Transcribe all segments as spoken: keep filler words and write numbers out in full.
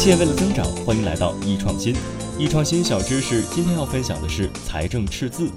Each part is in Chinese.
切为了增长，欢迎来到易创新。易创新小知识，今天要分享的是财政赤字。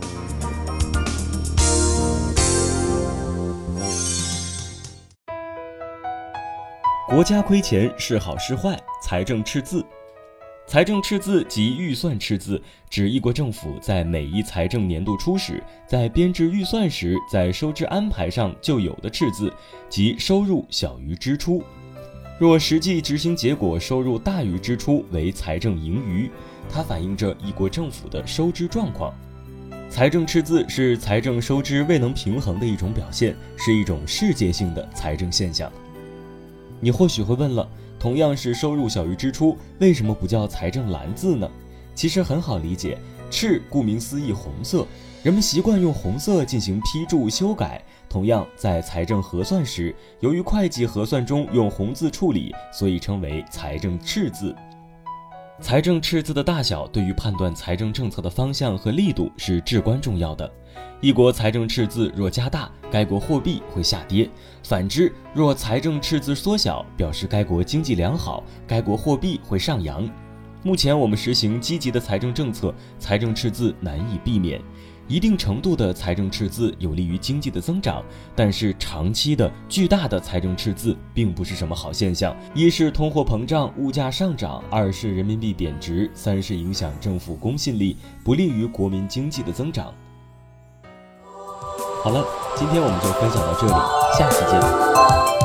国家亏钱是好是坏？财政赤字。财政赤字及预算赤字，指一国政府在每一财政年度初始，在编制预算时，在收支安排上就有的赤字，即收入小于支出。若实际执行结果收入大于支出为财政盈余，它反映着一国政府的收支状况。财政赤字是财政收支未能平衡的一种表现，是一种世界性的财政现象。你或许会问了，同样是收入小于支出，为什么不叫财政蓝字呢？其实很好理解，赤顾名思义红色，人们习惯用红色进行批注修改。同样，在财政核算时，由于会计核算中用红字处理，所以称为财政赤字。财政赤字的大小对于判断财政政策的方向和力度是至关重要的。一国财政赤字若加大，该国货币会下跌；反之，若财政赤字缩小，表示该国经济良好，该国货币会上扬。目前我们实行积极的财政政策，财政赤字难以避免。一定程度的财政赤字有利于经济的增长，但是长期的巨大的财政赤字并不是什么好现象。一是通货膨胀，物价上涨；二是人民币贬值；三是影响政府公信力，不利于国民经济的增长。好了，今天我们就分享到这里，下期见。